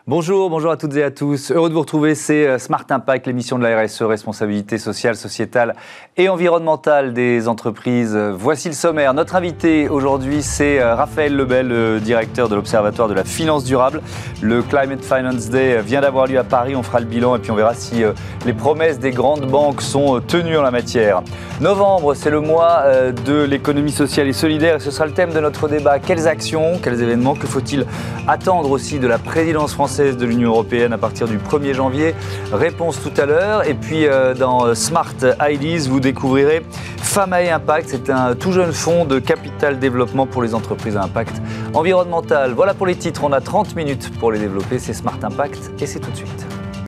Bonjour à toutes et à tous. Heureux de vous retrouver, c'est Smart Impact, l'émission de la RSE, responsabilité sociale, sociétale et environnementale des entreprises. Voici le sommaire. Notre invité aujourd'hui, c'est Raphaël Lebel, le directeur de l'Observatoire de la finance durable. Le Climate Finance Day vient d'avoir lieu à Paris, on fera le bilan et puis on verra si les promesses des grandes banques sont tenues en la matière. Novembre, c'est le mois de l'économie sociale et solidaire et ce sera le thème de notre débat. Quelles actions, quels événements, que faut-il attendre aussi de la présidence française de l'Union européenne à partir du 1er janvier. Réponse tout à l'heure. Et puis dans Smart Ideas, vous découvrirez Famae Impact. C'est un tout jeune fonds de capital développement pour les entreprises à impact environnemental. Voilà pour les titres. On a 30 minutes pour les développer. C'est Smart Impact et c'est tout de suite.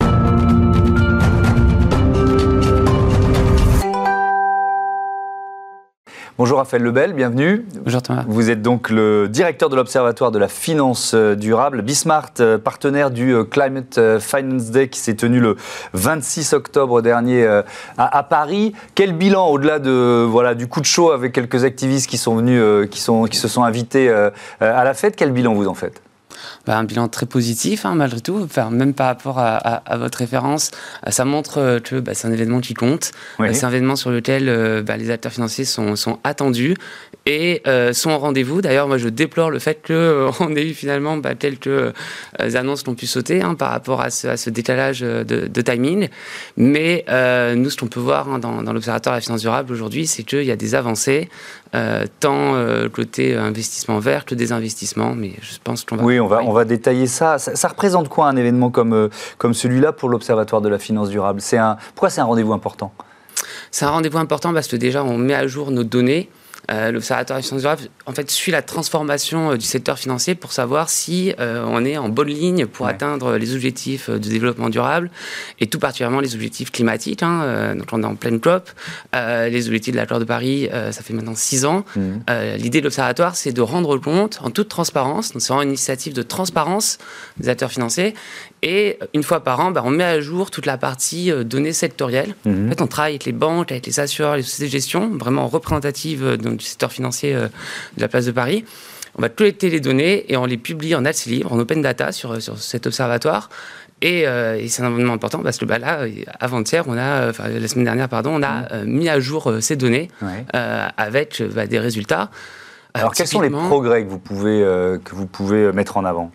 Bonjour Raphaël Lebel, bienvenue. Bonjour Thomas. Vous êtes donc le directeur de l'Observatoire de la finance durable. Bismart, partenaire du Climate Finance Day qui s'est tenu le 26 octobre dernier à Paris. Quel bilan, au-delà du coup de chaud avec quelques activistes qui sont venus, qui se sont invités à la fête, quel bilan vous en faites ? Un bilan très positif, malgré tout. Enfin, même par rapport à votre référence, ça montre que c'est un événement qui compte. Oui. C'est un événement sur lequel les acteurs financiers sont attendus et sont au rendez-vous. D'ailleurs, moi, je déplore le fait qu'on ait eu finalement quelques annonces qui ont pu sauter par rapport à ce décalage de timing. Mais nous, ce qu'on peut voir dans l'Observatoire de la finance durable aujourd'hui, c'est qu'il y a des avancées, tant côté investissement vert que des investissements. Mais je pense qu'on va... Oui, on va détailler ça. Ça représente quoi un événement comme celui-là pour l'Observatoire de la finance durable ? Pourquoi c'est un rendez-vous important ? C'est un rendez-vous important parce que déjà, on met à jour nos données. L'Observatoire de la finance durable, en fait, suit la transformation du secteur financier pour savoir si on est en bonne ligne pour atteindre les objectifs de développement durable et tout particulièrement les objectifs climatiques. Donc, on est en pleine COP. Les objectifs de l'accord de Paris, ça fait maintenant 6 ans. L'idée de l'Observatoire, c'est de rendre compte en toute transparence. Donc, c'est vraiment une initiative de transparence des acteurs financiers. Et une fois par an, on met à jour toute la partie données sectorielles. En fait, on travaille avec les banques, avec les assureurs, les sociétés de gestion, vraiment représentatives du secteur financier de la place de Paris. On va collecter les données et on les publie en accès libre, en open data sur cet observatoire. Et c'est un événement important parce que là, avant-hier, la semaine dernière, on a mis à jour ces données avec des résultats. Alors, quels sont les progrès que vous pouvez mettre en avant ?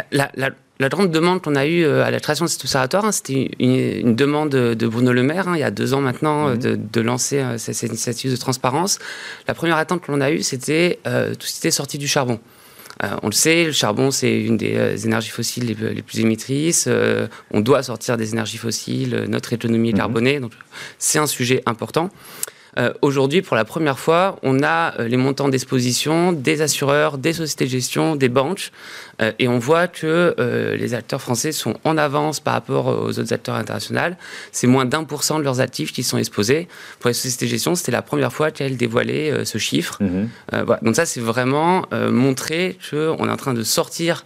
La grande demande qu'on a eue à la création de cet observatoire, c'était une demande de Bruno Le Maire, il y a 2 ans maintenant, de lancer cette initiative de transparence. La première attente que l'on a eue, c'était tout ce qui était sorti du charbon. On le sait, le charbon, c'est une des énergies fossiles les plus émettrices. On doit sortir des énergies fossiles, notre économie est carbonée, donc c'est un sujet important. Aujourd'hui, pour la première fois, on a les montants d'exposition des assureurs, des sociétés de gestion, des banques, et on voit que les acteurs français sont en avance par rapport aux autres acteurs internationaux. C'est moins d'1% de leurs actifs qui sont exposés. Pour les sociétés de gestion, c'était la première fois qu'elles dévoilaient ce chiffre. Voilà. Donc ça, c'est vraiment montrer qu'on est en train de sortir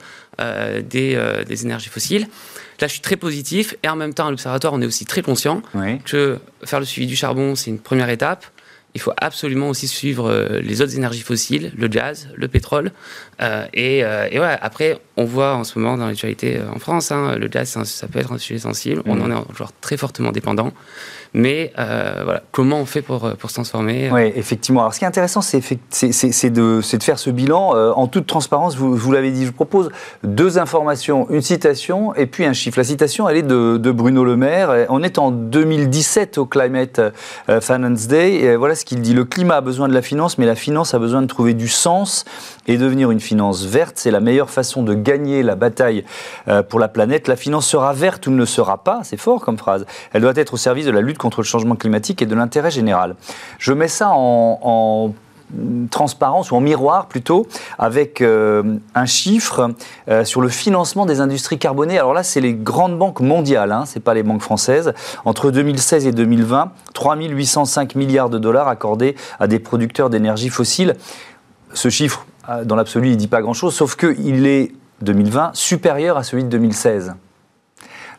des énergies fossiles. Là, je suis très positif et en même temps, à l'Observatoire, on est aussi très conscient que faire le suivi du charbon, c'est une première étape. Il faut absolument aussi suivre les autres énergies fossiles, le gaz, le pétrole. Et voilà, après, on voit en ce moment dans l'actualité en France, le gaz, ça peut être un sujet sensible. On en est encore très fortement dépendant. Mais comment on fait pour se transformer Oui, effectivement. Alors, ce qui est intéressant, c'est de faire ce bilan en toute transparence. Vous l'avez dit, je vous propose 2 informations, une citation et puis un chiffre. La citation, elle est de Bruno Le Maire. On est en 2017 au Climate Finance Day. Et voilà ce qu'il dit. Le climat a besoin de la finance, mais la finance a besoin de trouver du sens et devenir une finance verte. C'est la meilleure façon de gagner la bataille pour la planète. La finance sera verte ou ne le sera pas. C'est fort comme phrase. Elle doit être au service de la lutte contre le changement climatique et de l'intérêt général. Je mets ça en transparence ou en miroir plutôt avec un chiffre sur le financement des industries carbonées. Alors là, c'est les grandes banques mondiales, c'est pas les banques françaises. Entre 2016 et 2020, 3 805 milliards de dollars accordés à des producteurs d'énergie fossile. Ce chiffre, dans l'absolu, il ne dit pas grand-chose, sauf qu'il est, 2020, supérieur à celui de 2016.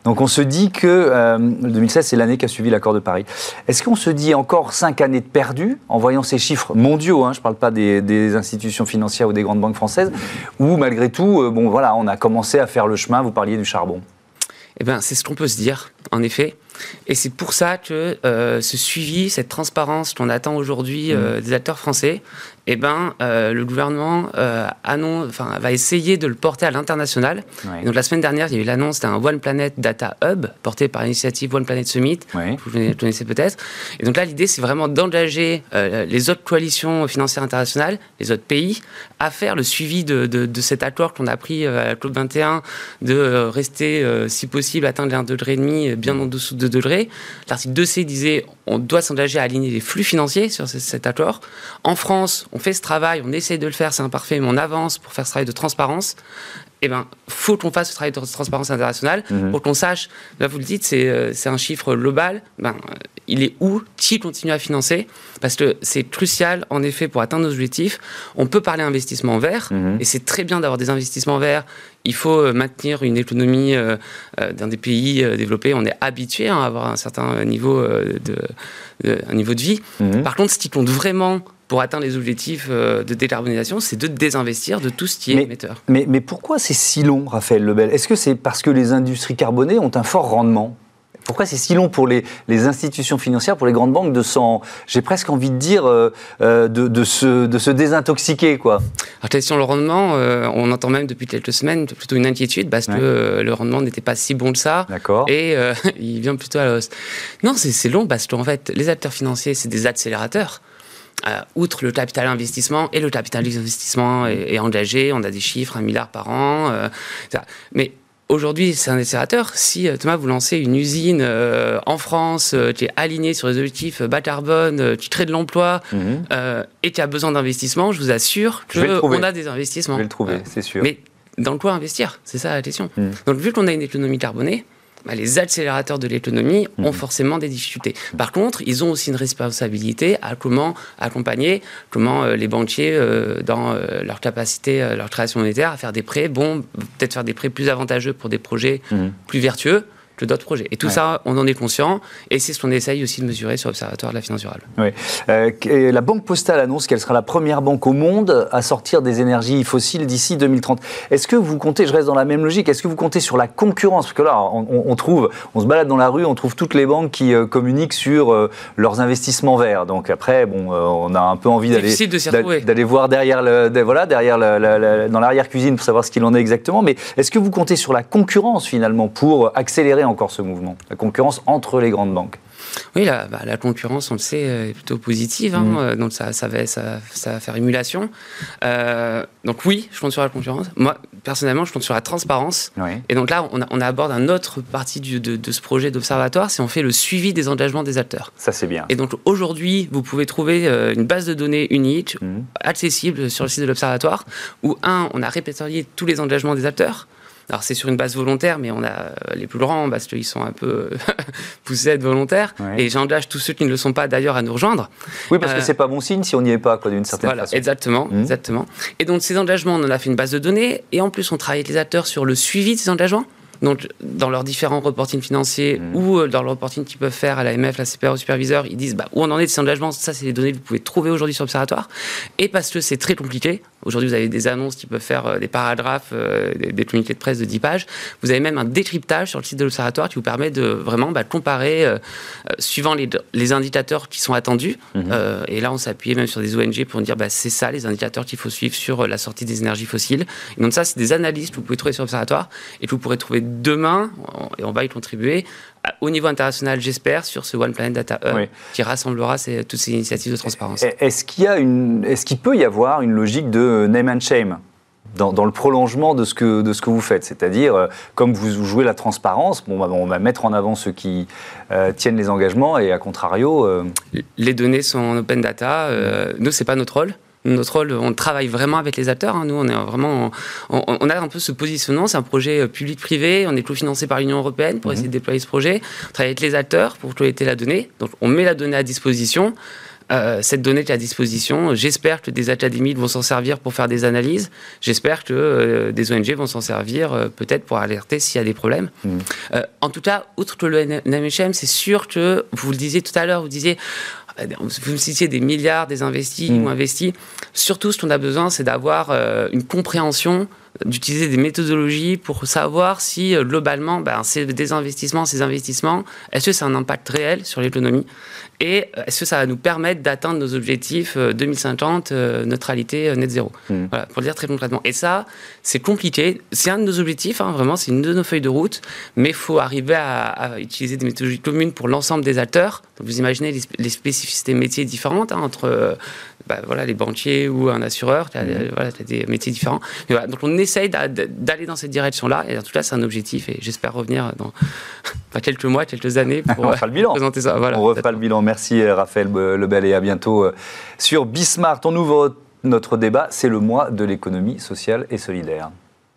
Donc on se dit que 2016, c'est l'année qui a suivi l'accord de Paris. Est-ce qu'on se dit encore 5 années de perdu en voyant ces chiffres mondiaux, je ne parle pas des institutions financières ou des grandes banques françaises, ou malgré tout, on a commencé à faire le chemin, vous parliez du charbon? Eh bien, c'est ce qu'on peut se dire, en effet. Et c'est pour ça que ce suivi, cette transparence qu'on attend aujourd'hui des acteurs français, le gouvernement va essayer de le porter à l'international. Ouais. Donc la semaine dernière, il y a eu l'annonce d'un One Planet Data Hub, porté par l'initiative One Planet Summit, que vous connaissez peut-être. Et donc là, l'idée, c'est vraiment d'engager les autres coalitions financières internationales, les autres pays, à faire le suivi de cet accord qu'on a pris à la COP21, de rester, si possible, atteindre les 1,5 degré, bien en dessous de 2 degrés. L'article 2C disait on doit s'engager à aligner les flux financiers sur cet accord. En France, on fait ce travail, on essaie de le faire, c'est imparfait, mais on avance pour faire ce travail de transparence. Faut qu'on fasse ce travail de transparence internationale pour qu'on sache, là vous le dites, c'est un chiffre global, il est où, qui continue à financer, parce que c'est crucial, en effet, pour atteindre nos objectifs. On peut parler investissement vert, et c'est très bien d'avoir des investissements verts. Il faut maintenir une économie dans des pays développés. On est habitué à avoir un certain niveau de vie. Par contre, ce qui compte vraiment pour atteindre les objectifs de décarbonisation, c'est de désinvestir de tout ce qui est émetteur. Mais pourquoi c'est si long, Raphaël Lebel? Est-ce que c'est parce que les industries carbonées ont un fort rendement? Pourquoi c'est si long pour les institutions financières, pour les grandes banques, j'ai presque envie de dire, de se désintoxiquer, quoi? Alors, question le rendement, on entend même depuis quelques semaines plutôt une inquiétude parce que le rendement n'était pas si bon que ça. D'accord. Et il vient plutôt à la hausse. Non, c'est long parce qu'en fait, les acteurs financiers, c'est des accélérateurs. Outre le capital investissement, et le capital investissement est engagé, on a des chiffres, 1 milliard par an. Mais aujourd'hui, c'est un accélérateur. Si, Thomas, vous lancez une usine en France qui est alignée sur les objectifs bas carbone, qui crée de l'emploi et qui a besoin d'investissement, je vous assure qu'on a des investissements. Je vais le trouver, c'est sûr. Mais dans quoi investir? C'est ça la question. Donc, vu qu'on a une économie carbonée, les accélérateurs de l'économie ont forcément des difficultés. Par contre, ils ont aussi une responsabilité à comment accompagner, les banquiers, dans leur capacité, leur création monétaire, à faire des prêts, peut-être faire des prêts plus avantageux pour des projets plus vertueux que d'autres projets. Et tout ça, on en est conscient, et c'est ce qu'on essaye aussi de mesurer sur l'Observatoire de la finance durable. Oui. La Banque Postale annonce qu'elle sera la première banque au monde à sortir des énergies fossiles d'ici 2030. Est-ce que vous comptez, je reste dans la même logique, est-ce que vous comptez sur la concurrence? Parce que là, on se balade dans la rue, on trouve toutes les banques qui communiquent sur leurs investissements verts. Donc après, on a un peu envie d'aller voir derrière dans l'arrière-cuisine pour savoir ce qu'il en est exactement. Mais est-ce que vous comptez sur la concurrence, finalement, pour accélérer encore ce mouvement, la concurrence entre les grandes banques? Oui, la concurrence, on le sait, est plutôt positive, donc ça va faire émulation. Donc oui, je compte sur la concurrence. Moi, personnellement, je compte sur la transparence. Oui. Et donc là, on aborde une autre partie de ce projet d'observatoire, c'est on fait le suivi des engagements des acteurs. Ça, c'est bien. Et donc aujourd'hui, vous pouvez trouver une base de données unique, accessible sur le site de l'observatoire, où on a répertorié tous les engagements des acteurs. Alors, c'est sur une base volontaire, mais on a les plus grands parce qu'ils sont un peu poussés à être volontaires. Ouais. Et j'engage tous ceux qui ne le sont pas, d'ailleurs, à nous rejoindre. Oui, parce que c'est pas bon signe si on n'y est pas, d'une certaine façon. Exactement. Et donc, ces engagements, on en a fait une base de données. Et en plus, on travaille avec les acteurs sur le suivi de ces engagements. Donc, dans leurs différents reportings financiers ou dans le reporting qu'ils peuvent faire à l'AMF, la CPR, au superviseur, ils disent où on en est de ces engagements. Ça, c'est les données que vous pouvez trouver aujourd'hui sur l'Observatoire. Et parce que c'est très compliqué, aujourd'hui, vous avez des annonces qui peuvent faire des paragraphes, des communiqués de presse de 10 pages. Vous avez même un décryptage sur le site de l'Observatoire qui vous permet de vraiment comparer, suivant les indicateurs qui sont attendus. Et là, on s'est appuyé même sur des ONG pour dire c'est ça les indicateurs qu'il faut suivre sur la sortie des énergies fossiles. Et donc ça, c'est des analyses que vous pouvez trouver sur l'Observatoire et que vous pourrez trouver demain, et on va y contribuer, au niveau international, j'espère, sur ce One Planet Data Hub qui rassemblera toutes ces initiatives de transparence. Est-ce qu'il peut y avoir une logique de name and shame dans le prolongement de ce que vous faites? C'est-à-dire, comme vous jouez la transparence, on va mettre en avant ceux qui tiennent les engagements et, à contrario... Les données sont en open data. Nous, c'est pas notre rôle. Notre rôle, on travaille vraiment avec les acteurs. Nous, on est vraiment, on a un peu ce positionnement. C'est un projet public-privé. On est co-financé par l'Union européenne pour essayer de déployer ce projet. On travaille avec les acteurs pour collecter la donnée. Donc, on met la donnée à disposition. cette donnée est à disposition. J'espère que des académies vont s'en servir pour faire des analyses. J'espère que des ONG vont s'en servir peut-être pour alerter s'il y a des problèmes. En tout cas, outre que le NMHM, c'est sûr que, vous le disiez tout à l'heure, vous me citiez des milliards, des investis ou investis. Surtout, ce qu'on a besoin, c'est d'avoir une compréhension, d'utiliser des méthodologies pour savoir si, globalement, ces investissements, est-ce que c'est un impact réel sur l'économie et est-ce que ça va nous permettre d'atteindre nos objectifs 2050, neutralité net zéro. Voilà, pour le dire très concrètement. Et ça, c'est compliqué. C'est un de nos objectifs, vraiment, c'est une de nos feuilles de route, mais il faut arriver à utiliser des méthodologies communes pour l'ensemble des acteurs. Donc, vous imaginez les spécificités métiers différentes entre les banquiers ou un assureur, tu as des métiers différents. Mais voilà, donc on essaye d'aller dans cette direction-là, et en tout cas c'est un objectif, et j'espère revenir dans quelques mois, quelques années pour présenter ça. Voilà, on refera le bilan. Merci Raphaël Lebel, et à bientôt sur Bismart. On ouvre notre débat, c'est le mois de l'économie sociale et solidaire.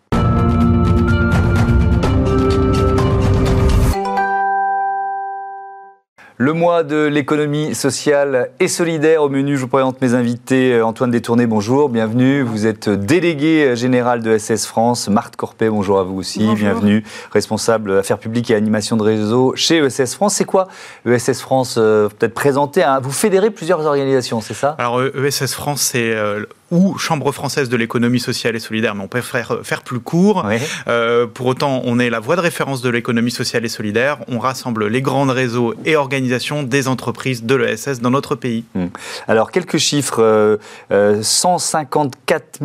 Le mois de l'économie sociale et solidaire. Au menu, je vous présente mes invités. Antoine Détourné, bonjour, bienvenue. Vous êtes délégué général de ESS France. Marthe Corpet, bonjour à vous aussi, bonjour. Bienvenue. Responsable affaires publiques et animation de réseau chez ESS France. C'est quoi ESS France? Peut-être présenter, vous fédérez plusieurs organisations, c'est ça? Alors ESS France, c'est ou Chambre française de l'économie sociale et solidaire, mais on peut faire plus court. Oui. Pour autant, on est la voie de référence de l'économie sociale et solidaire. On rassemble les grands réseaux et organisations des entreprises de l'ESS dans notre pays. Alors, quelques chiffres. 154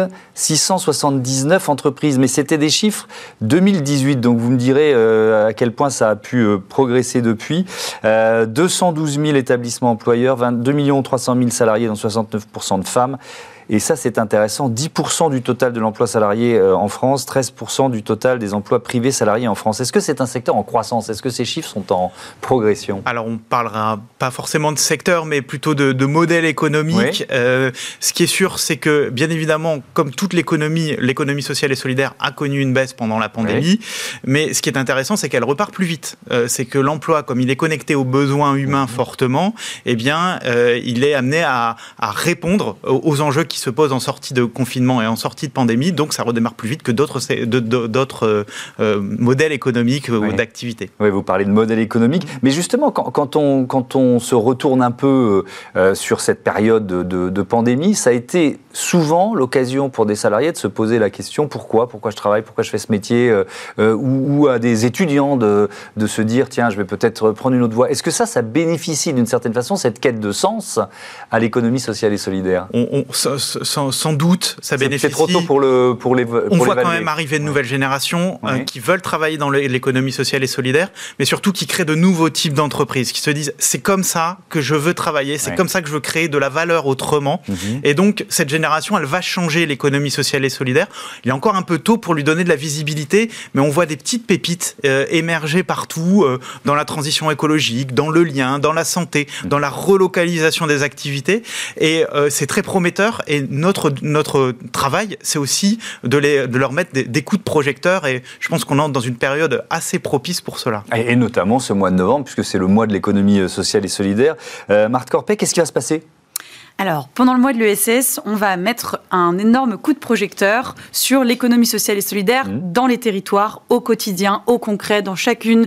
679 entreprises, mais c'était des chiffres 2018, donc vous me direz à quel point ça a pu progresser depuis. 212 000 établissements employeurs, 22 300 000 salariés, dont 69% de femmes. Et ça, c'est intéressant. 10% du total de l'emploi salarié en France, 13% du total des emplois privés salariés en France. Est-ce que c'est un secteur en croissance? Est-ce que ces chiffres sont en progression? Alors, on parlera pas forcément de secteur, mais plutôt de modèle économique. Oui. Ce qui est sûr, c'est que, bien évidemment, comme toute l'économie sociale et solidaire a connu une baisse pendant la pandémie. Oui. Mais ce qui est intéressant, c'est qu'elle repart plus vite. C'est que l'emploi, comme il est connecté aux besoins humains fortement, eh bien, il est amené à répondre aux enjeux qui se posent en sortie de confinement et en sortie de pandémie, donc ça redémarre plus vite que d'autres modèles économiques ou d'activités. Oui, vous parlez de modèle économique, mais justement, quand on se retourne un peu sur cette période de pandémie, ça a été souvent l'occasion pour des salariés de se poser la question pourquoi je travaille, pourquoi je fais ce métier, ou à des étudiants de se dire tiens, je vais peut-être prendre une autre voie. Est-ce que ça bénéficie d'une certaine façon, cette quête de sens, à l'économie sociale et solidaire? Sans doute, ça bénéficie. C'est trop tôt pour les. On voit quand même arriver de nouvelles générations qui veulent travailler dans l'économie sociale et solidaire, mais surtout qui créent de nouveaux types d'entreprises, qui se disent c'est comme ça que je veux travailler, c'est comme ça que je veux créer de la valeur autrement. Et donc cette génération, elle va changer l'économie sociale et solidaire. Il est encore un peu tôt pour lui donner de la visibilité, mais on voit des petites pépites émerger partout dans la transition écologique, dans le lien, dans la santé, dans la relocalisation des activités, et c'est très prometteur. Et notre travail, c'est aussi de leur mettre des coups de projecteur, et je pense qu'on entre dans une période assez propice pour cela. Et notamment ce mois de novembre, puisque c'est le mois de l'économie sociale et solidaire. Marthe Corpet, qu'est-ce qui va se passer ? Alors, pendant le mois de l'ESS, on va mettre un énorme coup de projecteur sur l'économie sociale et solidaire dans les territoires, au quotidien, au concret, dans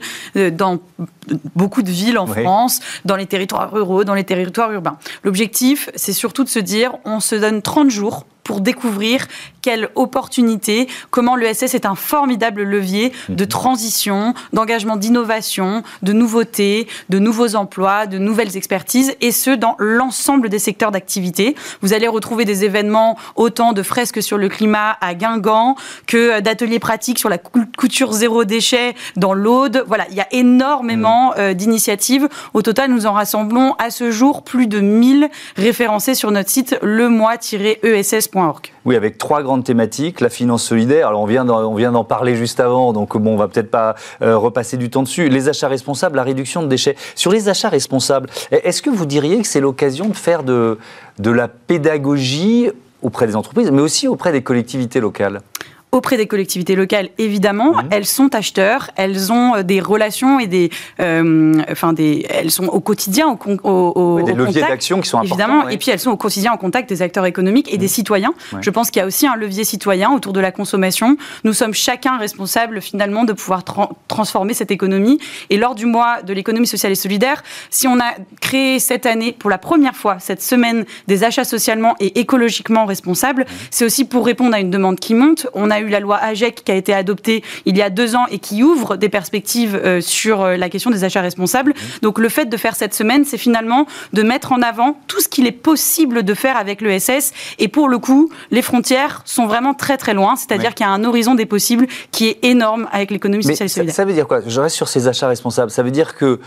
beaucoup de villes en France, dans les territoires ruraux, dans les territoires urbains. L'objectif, c'est surtout de se dire, on se donne 30 jours pour découvrir quelle opportunité, comment l'ESS est un formidable levier de transition, d'engagement d'innovation, de nouveautés, de nouveaux emplois, de nouvelles expertises, et ce, dans l'ensemble des secteurs d'activité. Vous allez retrouver des événements, autant de fresques sur le climat à Guingamp, que d'ateliers pratiques sur la couture zéro déchet dans l'Aude. Voilà, il y a énormément d'initiatives. Au total, nous en rassemblons à ce jour plus de 1000 référencés sur notre site lemois-ess.org. Oui, avec 3 grandes thématiques. La finance solidaire, alors on vient d'en parler juste avant, donc bon, on va peut-être pas repasser du temps dessus. Les achats responsables, la réduction de déchets. Sur les achats responsables, est-ce que vous diriez que c'est l'occasion de faire de la pédagogie auprès des entreprises, mais aussi auprès des collectivités locales ? auprès des collectivités locales, évidemment. Elles sont acheteurs, elles ont des relations et elles sont au quotidien, des leviers d'action qui sont importants. Évidemment, et puis elles sont au quotidien en contact des acteurs économiques et des citoyens. Je pense qu'il y a aussi un levier citoyen autour de la consommation. Nous sommes chacun responsables finalement de pouvoir transformer cette économie. Et lors du mois de l'économie sociale et solidaire, si on a créé cette année, pour la première fois, cette semaine des achats socialement et écologiquement responsables, c'est aussi pour répondre à une demande qui monte. On a eu la loi AGEC qui a été adoptée il y a 2 ans et qui ouvre des perspectives sur la question des achats responsables. Donc le fait de faire cette semaine, c'est finalement de mettre en avant tout ce qu'il est possible de faire avec l'ESS. Et pour le coup, les frontières sont vraiment très très loin. C'est-à-dire qu'il y a un horizon des possibles qui est énorme avec l'économie sociale et solidaire. Ça veut dire quoi? Je reste sur ces achats responsables. Ça veut dire que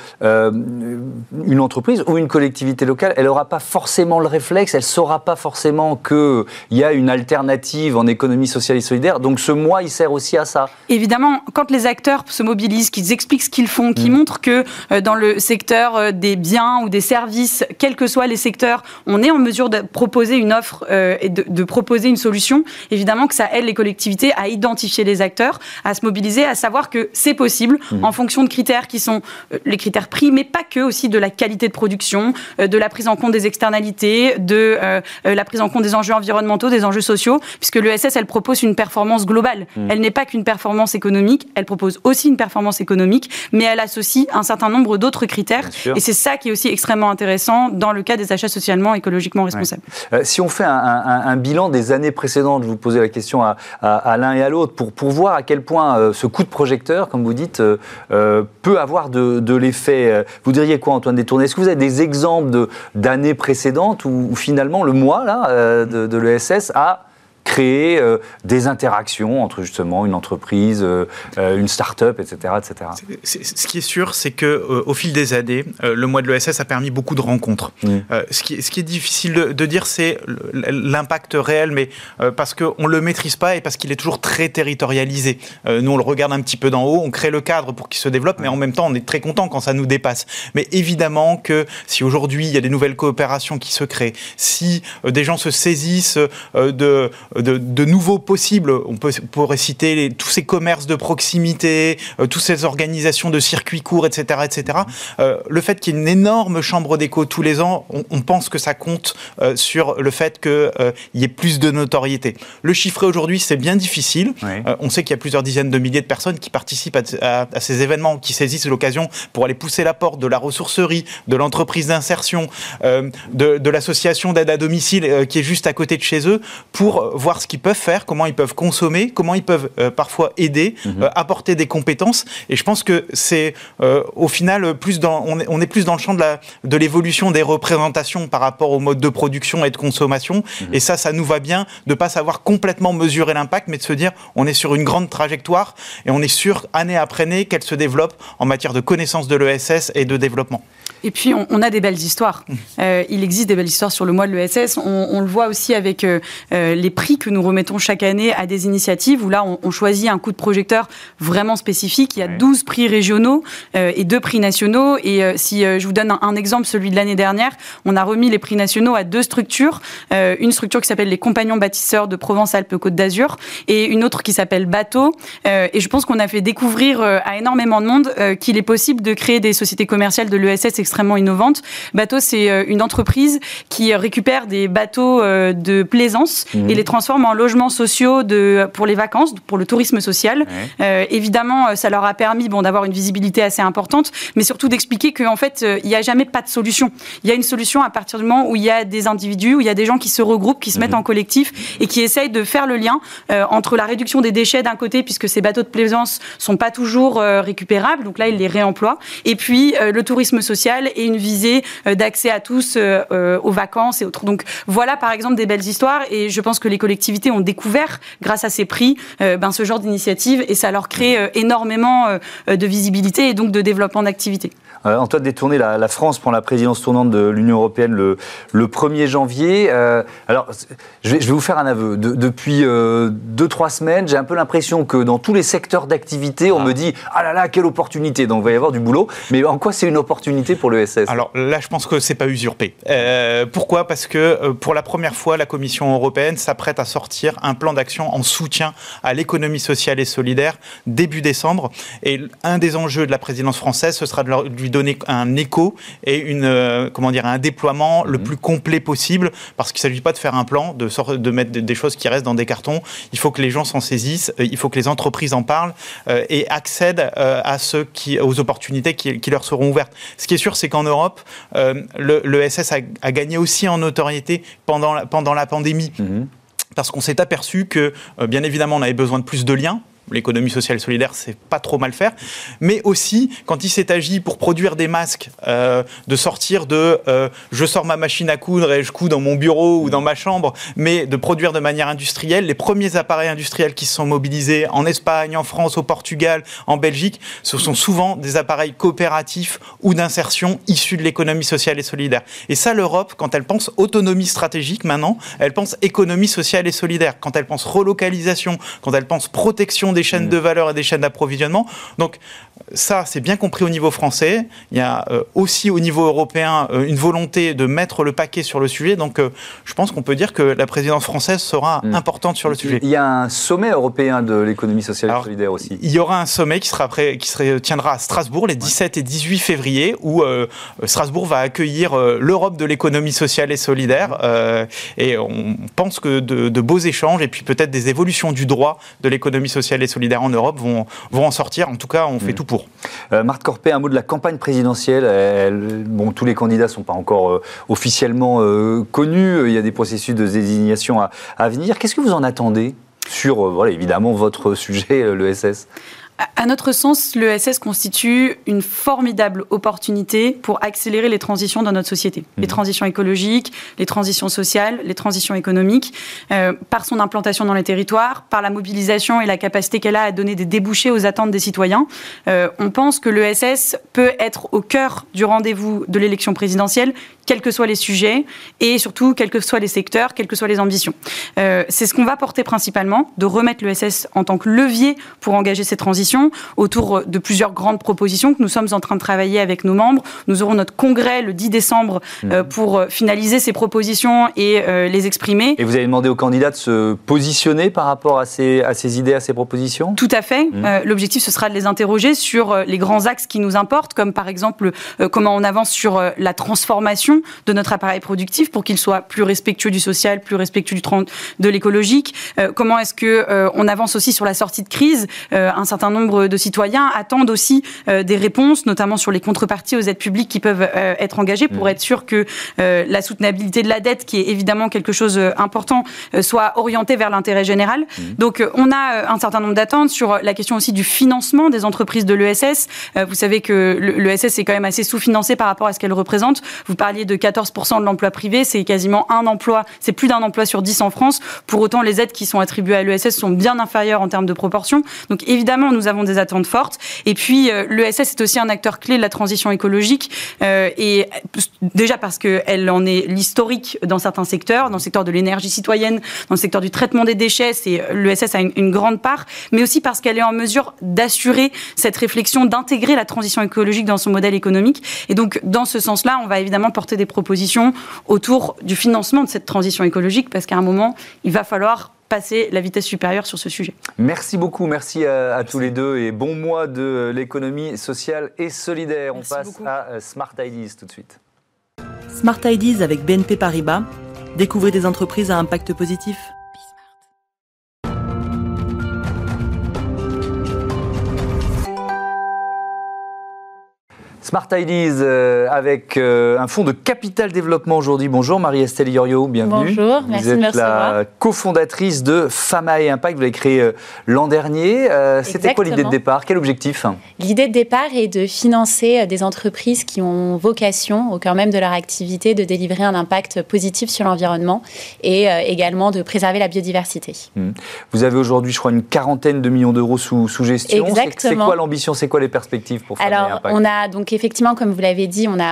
une entreprise ou une collectivité locale, elle n'aura pas forcément le réflexe, elle ne saura pas forcément qu'il y a une alternative en économie sociale et solidaire. Donc ce mois, il sert aussi à ça. Évidemment, quand les acteurs se mobilisent, qu'ils expliquent ce qu'ils font, qu'ils montrent que dans le secteur des biens ou des services, quels que soient les secteurs, on est en mesure de proposer une offre et de proposer une solution, évidemment que ça aide les collectivités à identifier les acteurs, à se mobiliser, à savoir que c'est possible en fonction de critères qui sont les critères prix, mais pas que, aussi de la qualité de production, de la prise en compte des externalités, de la prise en compte des enjeux environnementaux, des enjeux sociaux, puisque l'ESS, elle propose une performance globale. Elle n'est pas qu'une performance économique, elle propose aussi une performance économique, mais elle associe un certain nombre d'autres critères. Et c'est ça qui est aussi extrêmement intéressant dans le cas des achats socialement, écologiquement responsables. Si on fait un bilan des années précédentes, je vous posais la question à l'un et à l'autre, pour voir à quel point ce coup de projecteur, comme vous dites, peut avoir de l'effet. Vous diriez quoi, Antoine Détourné? Est-ce que vous avez des exemples d'années précédentes où finalement le mois là, de l'ESS a créé des interactions entre justement une entreprise, une start-up, etc. etc. Ce qui est sûr, c'est qu'au fil des années, le mois de l'ESS a permis beaucoup de rencontres. Ce qui est difficile de dire, c'est l'impact réel, mais parce qu'on ne le maîtrise pas et parce qu'il est toujours très territorialisé. Nous, on le regarde un petit peu d'en haut, on crée le cadre pour qu'il se développe, mais en même temps, on est très content quand ça nous dépasse. Mais évidemment que si aujourd'hui, il y a des nouvelles coopérations qui se créent, si des gens se saisissent de nouveaux possibles. On pourrait citer tous ces commerces de proximité, toutes ces organisations de circuits courts, etc. etc. Le fait qu'il y ait une énorme chambre d'écho tous les ans, on pense que ça compte sur le fait qu'il y ait plus de notoriété. Le chiffrer aujourd'hui, c'est bien difficile. On sait qu'il y a plusieurs dizaines de milliers de personnes qui participent à ces événements, qui saisissent l'occasion pour aller pousser la porte de la ressourcerie, de l'entreprise d'insertion, de l'association d'aide à domicile qui est juste à côté de chez eux, pour voir ce qu'ils peuvent faire, comment ils peuvent consommer, comment ils peuvent parfois aider, apporter des compétences. Et je pense que c'est au final on est plus dans le champ de l'évolution des représentations par rapport au mode de production et de consommation. Et ça nous va bien de ne pas savoir complètement mesurer l'impact, mais de se dire on est sur une grande trajectoire et on est sûr, année après année, qu'elle se développe en matière de connaissance de l'ESS et de développement. Et puis, on a des belles histoires. Il existe des belles histoires sur le mois de l'ESS. On le voit aussi avec les prix que nous remettons chaque année à des initiatives où là, on choisit un coup de projecteur vraiment spécifique. Il y a 12 prix régionaux et 2 prix nationaux. Et si je vous donne un exemple, celui de l'année dernière, on a remis les prix nationaux à 2 structures. Une structure qui s'appelle les Compagnons Bâtisseurs de Provence-Alpes-Côte d'Azur et une autre qui s'appelle Bateau. Et je pense qu'on a fait découvrir à énormément de monde qu'il est possible de créer des sociétés commerciales de l'ESS extrêmement innovantes. Bateau, c'est une entreprise qui récupère des bateaux de plaisance et les transforme en logements sociaux pour les vacances, pour le tourisme social. Évidemment, ça leur a permis d'avoir une visibilité assez importante, mais surtout d'expliquer qu'en fait, il n'y a jamais pas de solution. Il y a une solution à partir du moment où il y a des individus, où il y a des gens qui se regroupent, qui se mettent en collectif et qui essayent de faire le lien entre la réduction des déchets d'un côté, puisque ces bateaux de plaisance ne sont pas toujours récupérables, donc là, ils les réemploient, et puis le tourisme social et une visée d'accès à tous aux vacances et autres. Donc voilà par exemple des belles histoires et je pense que les collectivités ont découvert grâce à ces prix ce genre d'initiative et ça leur crée énormément de visibilité et donc de développement d'activité. Antoine Détourné, la France prend la présidence tournante de l'Union européenne le 1er janvier. Alors, je vais vous faire un aveu. Depuis 2-3 semaines, j'ai un peu l'impression que dans tous les secteurs d'activité, on me dit « Ah là là, quelle opportunité !» Donc, il va y avoir du boulot. Mais en quoi c'est une opportunité pour l'ESS ? Alors là, je pense que c'est pas usurpé. Pourquoi ? Parce que pour la première fois, la Commission européenne s'apprête à sortir un plan d'action en soutien à l'économie sociale et solidaire début décembre. Et un des enjeux de la présidence française, ce sera de lui donner un écho et un déploiement le plus complet possible, parce qu'il ne s'agit pas de faire un plan, de mettre des choses qui restent dans des cartons. Il faut que les gens s'en saisissent, il faut que les entreprises en parlent et accèdent aux opportunités qui leur seront ouvertes. Ce qui est sûr, c'est qu'en Europe, l'ESS a gagné aussi en notoriété pendant la pandémie. Parce qu'on s'est aperçu que, bien évidemment, on avait besoin de plus de liens. L'économie sociale et solidaire, c'est pas trop mal faire. Mais aussi, quand il s'est agi pour produire des masques, de sortir je sors ma machine à coudre et je couds dans mon bureau ou dans ma chambre, mais de produire de manière industrielle. Les premiers appareils industriels qui se sont mobilisés en Espagne, en France, au Portugal, en Belgique, ce sont souvent des appareils coopératifs ou d'insertion issus de l'économie sociale et solidaire. Et ça, l'Europe, quand elle pense autonomie stratégique maintenant, elle pense économie sociale et solidaire. Quand elle pense relocalisation, quand elle pense protection des chaînes de valeur et des chaînes d'approvisionnement. Donc ça, c'est bien compris au niveau français. Il y a aussi au niveau européen une volonté de mettre le paquet sur le sujet. Donc je pense qu'on peut dire que la présidence française sera importante sur le sujet. Il y a un sommet européen de l'économie sociale et solidaire aussi. Il y aura un sommet qui tiendra à Strasbourg les 17 et 18 février où Strasbourg va accueillir l'Europe de l'économie sociale et solidaire. Et on pense que de beaux échanges et puis peut-être des évolutions du droit de l'économie sociale et solidaires en Europe vont en sortir. En tout cas, on fait tout pour. Marthe Corpet, un mot de la campagne présidentielle. Tous les candidats ne sont pas encore officiellement connus. Il y a des processus de désignation à venir. Qu'est-ce que vous en attendez sur, évidemment, votre sujet, l'ESS ? À notre sens, l'ESS constitue une formidable opportunité pour accélérer les transitions dans notre société. Les transitions écologiques, les transitions sociales, les transitions économiques, par son implantation dans les territoires, par la mobilisation et la capacité qu'elle a à donner des débouchés aux attentes des citoyens. On pense que l'ESS peut être au cœur du rendez-vous de l'élection présidentielle, quels que soient les sujets et surtout quels que soient les secteurs, quelles que soient les ambitions. C'est ce qu'on va porter principalement, de remettre l'ESS en tant que levier pour engager ces transitions autour de plusieurs grandes propositions que nous sommes en train de travailler avec nos membres. Nous aurons notre congrès le 10 décembre pour finaliser ces propositions et les exprimer. Et vous avez demandé aux candidats de se positionner par rapport à ces idées, à ces propositions ? Tout à fait. L'objectif, ce sera de les interroger sur les grands axes qui nous importent, comme par exemple comment on avance sur la transformation de notre appareil productif pour qu'il soit plus respectueux du social, plus respectueux de l'écologique. Comment est-ce qu'on avance aussi sur la sortie de crise ? Un certain nombre de citoyens attendent aussi des réponses, notamment sur les contreparties aux aides publiques qui peuvent être engagées pour être sûr que la soutenabilité de la dette, qui est évidemment quelque chose d'important, soit orientée vers l'intérêt général. Donc on a un certain nombre d'attentes sur la question aussi du financement des entreprises de l'ESS. Vous savez que l'ESS est quand même assez sous-financé par rapport à ce qu'elle représente. Vous parliez de 14% de l'emploi privé, c'est quasiment un emploi, c'est plus d'un emploi sur 10 en France. Pour autant, les aides qui sont attribuées à l'ESS sont bien inférieures en termes de proportion. Donc évidemment, nous avons des attentes fortes. Et puis, l'ESS est aussi un acteur clé de la transition écologique. Et déjà parce qu'elle en est l'historique dans certains secteurs, dans le secteur de l'énergie citoyenne, dans le secteur du traitement des déchets, l'ESS a une grande part, mais aussi parce qu'elle est en mesure d'assurer cette réflexion, d'intégrer la transition écologique dans son modèle économique. Et donc, dans ce sens-là, on va évidemment porter des propositions autour du financement de cette transition écologique, parce qu'à un moment, il va falloir passer la vitesse supérieure sur ce sujet. Merci beaucoup, merci à tous les deux et bon mois de l'économie sociale et solidaire. Merci. On passe beaucoup à Smart Ideas tout de suite. Smart Ideas avec BNP Paribas. Découvrez des entreprises à impact positif. Smart Ideas avec un fonds de capital développement aujourd'hui. Bonjour Marie-Estelle Iorio, bienvenue. Bonjour, merci de me recevoir. Vous êtes la cofondatrice de Fama et Impact, vous l'avez créé l'an dernier. C'était quoi l'idée de départ ? Quel objectif ? L'idée de départ est de financer des entreprises qui ont vocation, au cœur même de leur activité, de délivrer un impact positif sur l'environnement et également de préserver la biodiversité. Vous avez aujourd'hui, je crois, une 40aine de millions d'euros sous gestion. Exactement. C'est quoi l'ambition ? C'est quoi les perspectives pour Fama et Impact ? On a donc effectivement, comme vous l'avez dit, on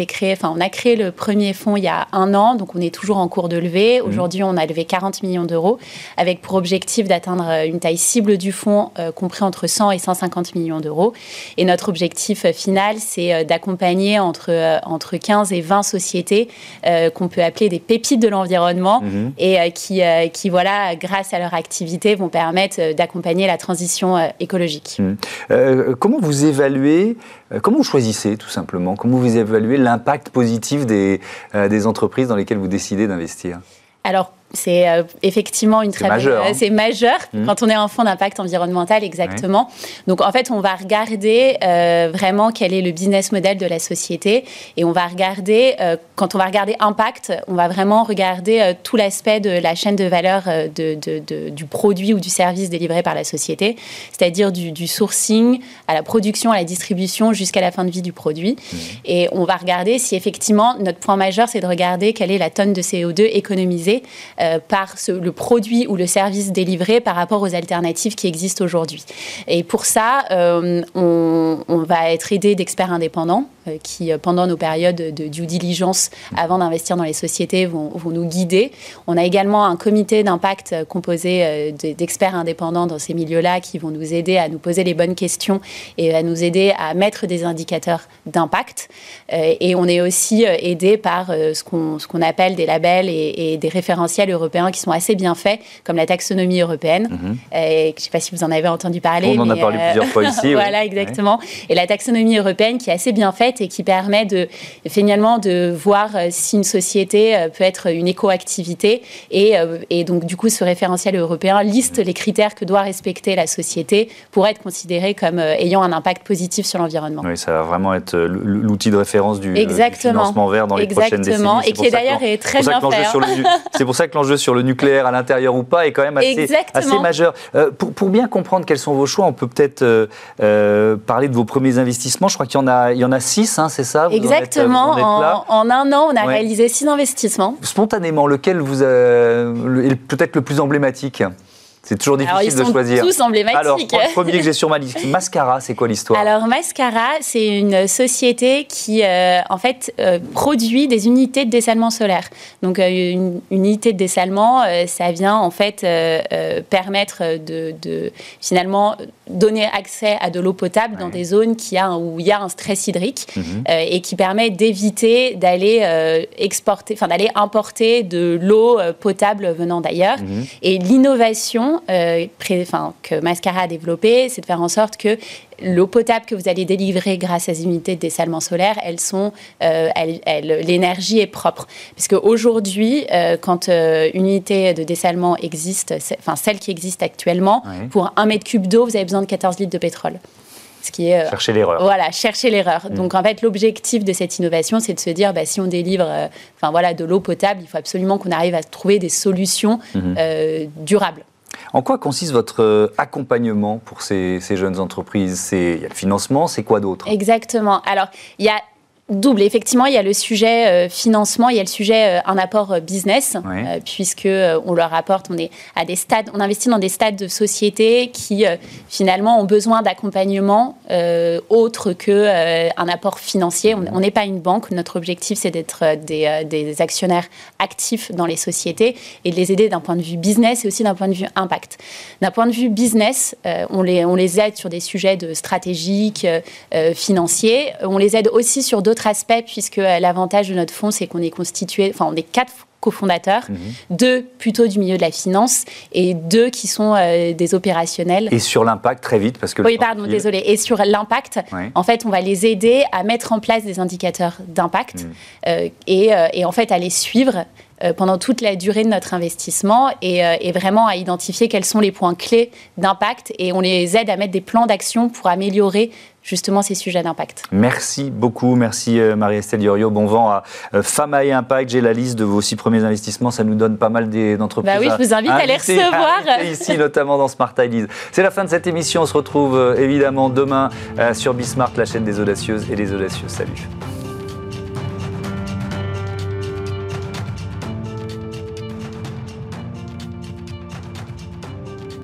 a créé le premier fonds il y a 1 an, donc on est toujours en cours de levée. Aujourd'hui, on a levé 40 millions d'euros, avec pour objectif d'atteindre une taille cible du fonds compris entre 100 et 150 millions d'euros. Et notre objectif final, c'est d'accompagner entre 15 et 20 sociétés qu'on peut appeler des pépites de l'environnement et qui, voilà, grâce à leur activité, vont permettre d'accompagner la transition écologique. Comment vous évaluez, comment vous choisissez tout simplement, comment vous évaluez l'impact positif des entreprises dans lesquelles vous décidez d'investir ? Alors, c'est effectivement une très majeur, c'est majeur quand on est un fonds d'impact environnemental, exactement. Ouais. Donc en fait, on va regarder vraiment quel est le business model de la société et on va regarder, quand on va regarder impact, on va vraiment regarder tout l'aspect de la chaîne de valeur du produit ou du service délivré par la société, c'est-à-dire du sourcing à la production, à la distribution jusqu'à la fin de vie du produit. Et on va regarder si effectivement, notre point majeur, c'est de regarder quelle est la tonne de CO2 économisée par le produit ou le service délivré par rapport aux alternatives qui existent aujourd'hui. Et pour ça, on va être aidé d'experts indépendants qui, pendant nos périodes de due diligence, avant d'investir dans les sociétés, vont nous guider. On a également un comité d'impact composé d'experts indépendants dans ces milieux-là qui vont nous aider à nous poser les bonnes questions et à nous aider à mettre des indicateurs d'impact. Et on est aussi aidé par ce qu'on appelle des labels et des référentiels européens qui sont assez bien faits, comme la taxonomie européenne. Je ne sais pas si vous en avez entendu parler. On en a parlé plusieurs fois ici. Voilà, oui. Exactement. Ouais. Et la taxonomie européenne qui est assez bien faite et qui permet finalement de voir si une société peut être une éco-activité. Et donc, du coup, ce référentiel européen liste les critères que doit respecter la société pour être considérée comme ayant un impact positif sur l'environnement. Oui, ça va vraiment être l'outil de référence du financement vert dans les prochaines décennies. Et qui d'ailleurs est très bien fait. C'est pour ça que l'enjeu sur le nucléaire à l'intérieur ou pas est quand même assez majeur. Pour bien comprendre quels sont vos choix, on peut peut-être parler de vos premiers investissements. Je crois qu'il y en a 6, hein, c'est ça? Exactement. En 1 an, on a réalisé 6 investissements. Spontanément, lequel est peut-être le plus emblématique? C'est toujours difficile de choisir. Ils sont tous emblématiques. Alors, le premier que j'ai sur ma liste, Mascara, c'est quoi l'histoire? Alors, Mascara, c'est une société qui, en fait, produit des unités de dessalement solaire. Donc, une unité de dessalement, ça vient, en fait, permettre de finalement donner accès à de l'eau potable dans des zones où il y a un stress hydrique et qui permet d'éviter d'aller d'aller importer de l'eau potable venant d'ailleurs. Et l'innovation que Mascara a développée, c'est de faire en sorte que l'eau potable que vous allez délivrer grâce à ces unités de dessalement solaire, l'énergie est propre. Parce qu'aujourd'hui, quand une unité de dessalement existe, celle qui existe actuellement, pour 1 mètre cube d'eau, vous avez besoin de 14 litres de pétrole. Ce qui est, chercher l'erreur. Voilà, chercher l'erreur. Donc, en fait, l'objectif de cette innovation, c'est de se dire, si on délivre de l'eau potable, il faut absolument qu'on arrive à trouver des solutions durables. En quoi consiste votre accompagnement pour ces jeunes entreprises? Il y a le financement, c'est quoi d'autre? Exactement. Alors, il y a double. Effectivement, il y a le sujet financement, il y a le sujet un apport business, puisque on leur apporte, on investit dans des stades de société qui finalement ont besoin d'accompagnement autre que un apport financier. On n'est pas une banque. Notre objectif, c'est d'être des actionnaires actifs dans les sociétés et de les aider d'un point de vue business et aussi d'un point de vue impact. D'un point de vue business, on les aide sur des sujets stratégiques, financiers. On les aide aussi sur d'autres aspects, puisque l'avantage de notre fonds, c'est qu'on est constitué, on est 4 cofondateurs, 2 plutôt du milieu de la finance et 2 qui sont des opérationnels. Et sur l'impact, très vite, parce que... Oui, pardon, désolé. Et sur l'impact, en fait, on va les aider à mettre en place des indicateurs d'impact et en fait à les suivre pendant toute la durée de notre investissement et vraiment à identifier quels sont les points clés d'impact et on les aide à mettre des plans d'action pour améliorer justement ces sujets d'impact. Merci beaucoup, merci Marie-Estelle Yorio. Bon vent à Famae Impact. J'ai la liste de vos 6 premiers investissements, ça nous donne pas mal d'entreprises. Oui, je vous invite à les recevoir. Ici, notamment dans Smart Ideas. C'est la fin de cette émission, on se retrouve évidemment demain sur Bismart, la chaîne des audacieuses et des audacieux. Salut.